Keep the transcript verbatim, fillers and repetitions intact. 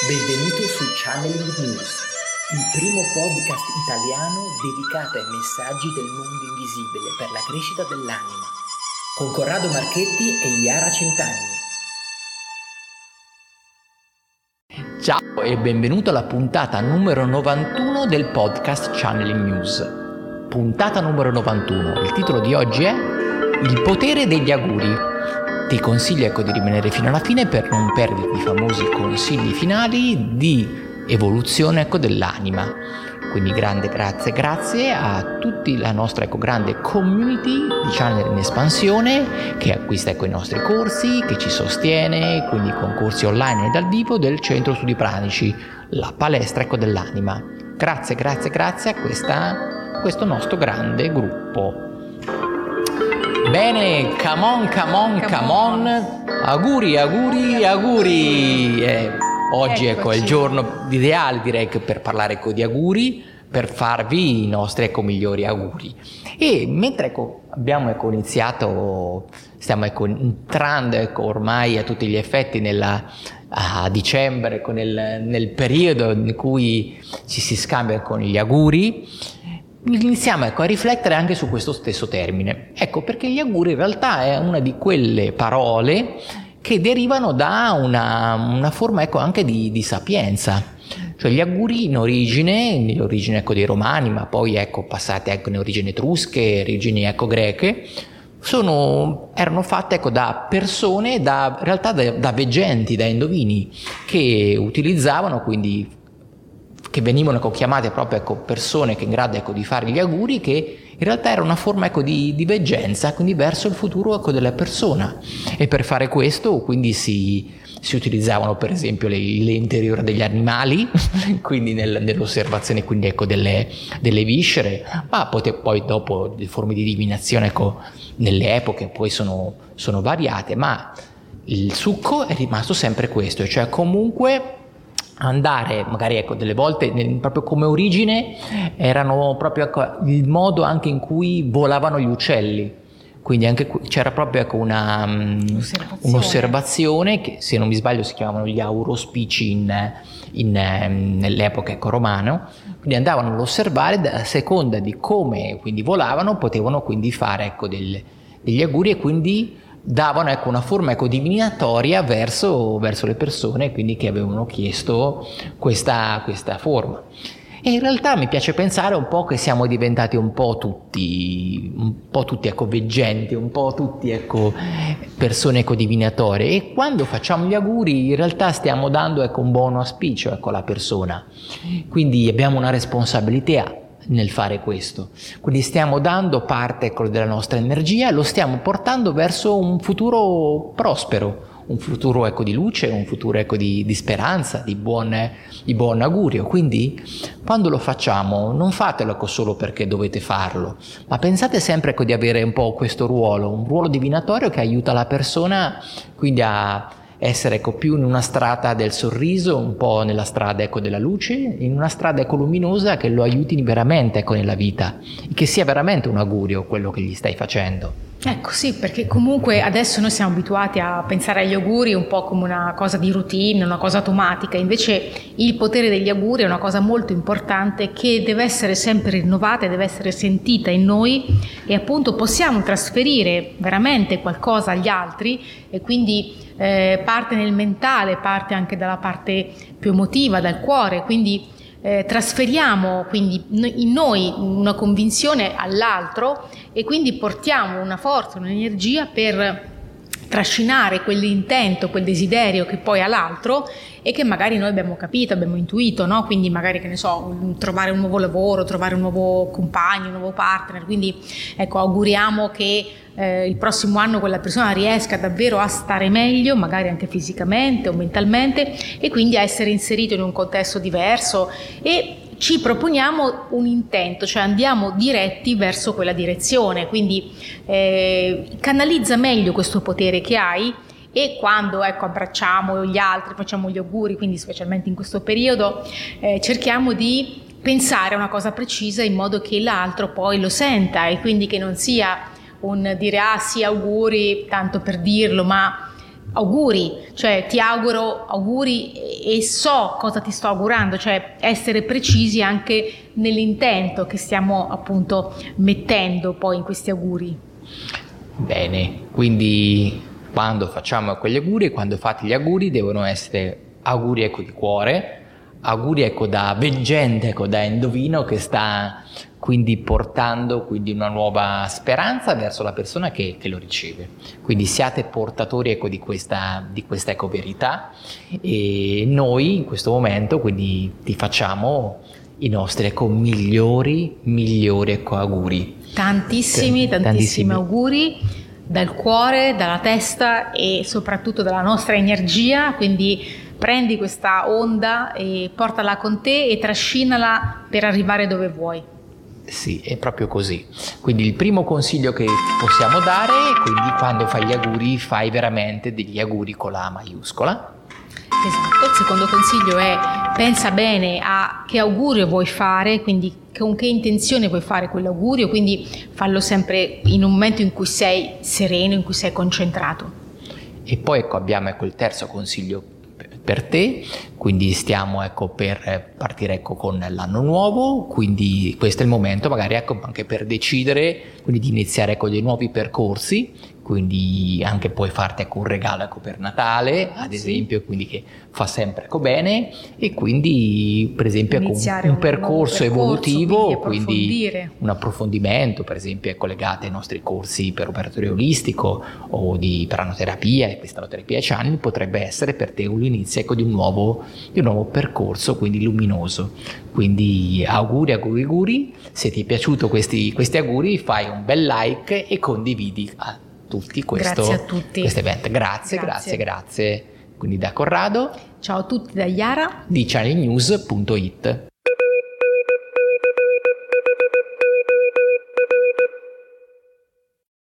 Benvenuto su Channeling News, il primo podcast italiano dedicato ai messaggi del mondo invisibile per la crescita dell'anima, con Corrado Marchetti e Iara Centanni. Ciao e benvenuto alla puntata numero novantuno del podcast Channeling News. Puntata numero novantuno. Il titolo di oggi è Il potere degli auguri. Ti consiglio ecco di rimanere fino alla fine per non perdere i famosi consigli finali di evoluzione ecco dell'anima. Quindi grande grazie, grazie a tutti la nostra ecco grande community di Channel in espansione che acquista ecco i nostri corsi, che ci sostiene, quindi con corsi online e dal vivo del Centro Studi Pranici, la palestra ecco dell'anima. Grazie, grazie, grazie a questa, questo nostro grande gruppo. Bene, come on, come on, come on, auguri, auguri, auguri. Eh, oggi ecco è il giorno ideale direi che per parlare ecco di auguri, per farvi i nostri ecco migliori auguri. E mentre ecco abbiamo ecco iniziato, stiamo ecco entrando ecco ormai a tutti gli effetti nella a dicembre, ecco, nel, nel periodo in cui ci si scambia con gli auguri, iniziamo ecco a riflettere anche su questo stesso termine. Ecco perché gli auguri in realtà è una di quelle parole che derivano da una, una forma ecco anche di, di sapienza. Cioè gli auguri in origine, in origine ecco dei romani, ma poi ecco passate ecco in origini etrusche, origini ecco greche, sono, erano fatte ecco da persone, da, in realtà da, da veggenti, da indovini, che utilizzavano quindi che venivano ecco, chiamate proprio ecco, persone che in grado ecco, di fare gli auguri, che in realtà era una forma ecco, di, di veggenza, quindi verso il futuro ecco, della persona. E per fare questo quindi si, si utilizzavano per esempio le, le interiori degli animali, quindi nel, nell'osservazione quindi, ecco, delle, delle viscere, ma poi, poi dopo le forme di divinazione ecco, nelle epoche poi sono, sono variate, ma il succo è rimasto sempre questo, cioè comunque andare magari ecco delle volte nel, proprio come origine erano proprio ecco, il modo anche in cui volavano gli uccelli, quindi anche c'era proprio ecco una un'osservazione. un'osservazione che se non mi sbaglio si chiamavano gli aurospici in, in, nell'epoca ecco romana, quindi andavano ad osservare a seconda di come quindi volavano potevano quindi fare ecco del, degli auguri e quindi davano ecco una forma ecco divinatoria verso, verso le persone quindi che avevano chiesto questa, questa forma. E in realtà mi piace pensare un po' che siamo diventati un po' tutti un po' tutti ecco veggenti, un po' tutti ecco persone ecco divinatorie, e quando facciamo gli auguri in realtà stiamo dando ecco un buon auspicio ecco alla persona, quindi abbiamo una responsabilità nel fare questo, quindi stiamo dando parte ecco, della nostra energia e lo stiamo portando verso un futuro prospero, un futuro ecco di luce, un futuro ecco di, di speranza, di buon, di buon augurio. Quindi quando lo facciamo non fatelo ecco solo perché dovete farlo, ma pensate sempre ecco di avere un po' questo ruolo, un ruolo divinatorio che aiuta la persona quindi a essere ecco più in una strada del sorriso, un po' nella strada ecco della luce, in una strada ecco luminosa che lo aiuti veramente ecco nella vita, che sia veramente un augurio quello che gli stai facendo. Ecco sì, perché comunque adesso noi siamo abituati a pensare agli auguri un po' come una cosa di routine, una cosa automatica, invece il potere degli auguri è una cosa molto importante che deve essere sempre rinnovata e deve essere sentita in noi, e appunto possiamo trasferire veramente qualcosa agli altri, e quindi eh, parte nel mentale, parte anche dalla parte più emotiva, dal cuore, quindi Eh, trasferiamo quindi in noi una convinzione all'altro e quindi portiamo una forza, un'energia per trascinare quell'intento, quel desiderio che poi ha l'altro e che magari noi abbiamo capito, abbiamo intuito, no? Quindi magari, che ne so, trovare un nuovo lavoro, trovare un nuovo compagno, un nuovo partner, quindi ecco, auguriamo che eh, il prossimo anno quella persona riesca davvero a stare meglio, magari anche fisicamente o mentalmente, e quindi a essere inserito in un contesto diverso, e ci proponiamo un intento, cioè andiamo diretti verso quella direzione, quindi eh, canalizza meglio questo potere che hai. E quando ecco, abbracciamo gli altri, facciamo gli auguri, quindi specialmente in questo periodo, eh, cerchiamo di pensare a una cosa precisa in modo che l'altro poi lo senta, e quindi che non sia un dire ah sì auguri tanto per dirlo, ma auguri, cioè ti auguro auguri e so cosa ti sto augurando, cioè essere precisi anche nell'intento che stiamo appunto mettendo poi in questi auguri. Bene, quindi quando facciamo quegli auguri, quando fate gli auguri, devono essere auguri ecco di cuore, auguri ecco da veggente, ecco da indovino, che sta quindi portando quindi una nuova speranza verso la persona che, che lo riceve. Quindi siate portatori ecco di questa, di questa ecco verità, e noi in questo momento quindi ti facciamo i nostri ecco migliori, migliori ecco auguri. Tantissimi, tantissimi, tantissimi auguri dal cuore, dalla testa e soprattutto dalla nostra energia, quindi prendi questa onda e portala con te e trascinala per arrivare dove vuoi. Sì, è proprio così. Quindi il primo consiglio che possiamo dare è quindi quando fai gli auguri fai veramente degli auguri con la A maiuscola. Esatto, il secondo consiglio è pensa bene a che augurio vuoi fare, quindi con che intenzione vuoi fare quell'augurio, quindi fallo sempre in un momento in cui sei sereno, in cui sei concentrato. E poi ecco abbiamo ecco il terzo consiglio per te, quindi stiamo ecco per partire ecco con l'anno nuovo, quindi questo è il momento magari ecco anche per decidere quindi di iniziare ecco dei nuovi percorsi, quindi anche puoi farti ecco un regalo ecco per Natale ad sì. esempio, quindi che fa sempre ecco bene, e quindi per esempio ecco un, un, un percorso, percorso evolutivo, quindi, quindi un approfondimento per esempio ecco legato ai nostri corsi per operatore olistico o di pranoterapia e cristalloterapia Channel, potrebbe essere per te l'inizio ecco di un nuovo di un nuovo percorso quindi luminoso. Quindi auguri, auguri, auguri. Se ti è piaciuto questi, questi auguri fai un bel like e condividi a tutti questo Grazie a tutti. questo evento. Grazie, Grazie. grazie, grazie. Quindi da Corrado. Ciao a tutti da Iara Di channel news punto it.